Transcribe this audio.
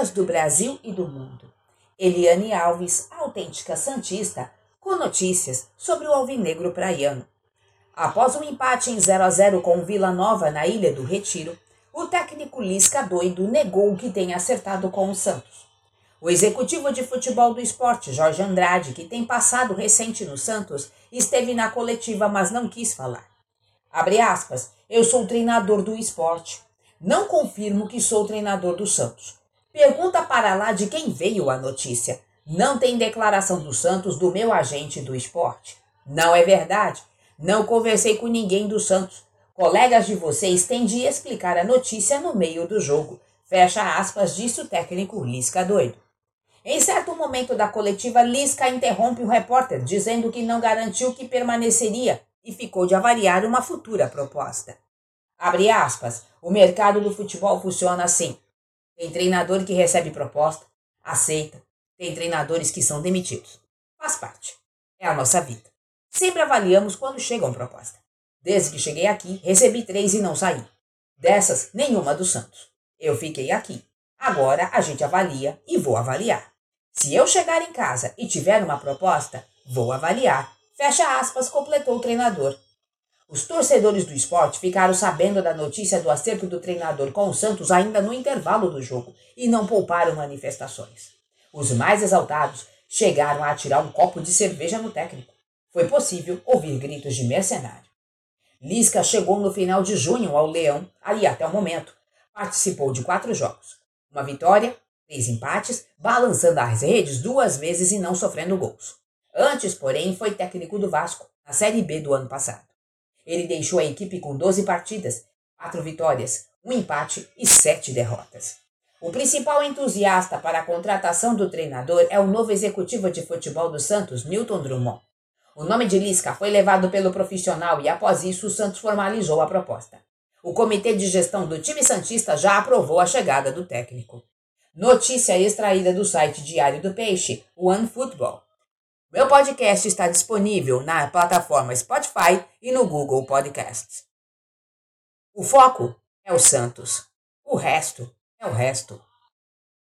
notícias do Brasil e do mundo. Eliane Alves, autêntica santista, com notícias sobre o alvinegro praiano. Após um empate em 0-0 com o Vila Nova na Ilha do Retiro, o técnico Lisca doido negou que tenha acertado com o Santos. O executivo de futebol do esporte, Jorge Andrade, que tem passado recente no Santos, esteve na coletiva, mas não quis falar. Abre aspas, eu sou treinador do esporte. Não confirmo que sou treinador do Santos. Pergunta para lá de quem veio a notícia. Não tem declaração do Santos do meu agente do esporte. Não é verdade. Não conversei com ninguém do Santos. Colegas de vocês têm de explicar a notícia no meio do jogo. Fecha aspas, disse o técnico Lisca doido. Em certo momento da coletiva, Lisca interrompe o repórter, dizendo que não garantiu que permaneceria e ficou de avaliar uma futura proposta. Abre aspas, o mercado do futebol funciona assim. Tem treinador que recebe proposta, aceita. Tem treinadores que são demitidos. Faz parte. É a nossa vida. Sempre avaliamos quando chega uma proposta. Desde que cheguei aqui, recebi 3 e não saí. Dessas, nenhuma do Santos. Eu fiquei aqui. Agora a gente avalia e vou avaliar. Se eu chegar em casa e tiver uma proposta, vou avaliar. Fecha aspas, completou o treinador. Os torcedores do esporte ficaram sabendo da notícia do acerto do treinador com o Santos ainda no intervalo do jogo e não pouparam manifestações. Os mais exaltados chegaram a atirar um copo de cerveja no técnico. Foi possível ouvir gritos de mercenário. Lisca chegou no final de junho ao Leão, ali até o momento. Participou de 4 jogos. Uma vitória, 3 empates, balançando as redes 2 vezes e não sofrendo gols. Antes, porém, foi técnico do Vasco, na Série B do ano passado. Ele deixou a equipe com 12 partidas, 4 vitórias, 1 empate e 7 derrotas. O principal entusiasta para a contratação do treinador é o novo executivo de futebol do Santos, Newton Drummond. O nome de Lisca foi levado pelo profissional e, após isso, o Santos formalizou a proposta. O comitê de gestão do time santista já aprovou a chegada do técnico. Notícia extraída do site Diário do Peixe, OneFootball. Meu podcast está disponível na plataforma Spotify e no Google Podcasts. O foco é o Santos. O resto é o resto.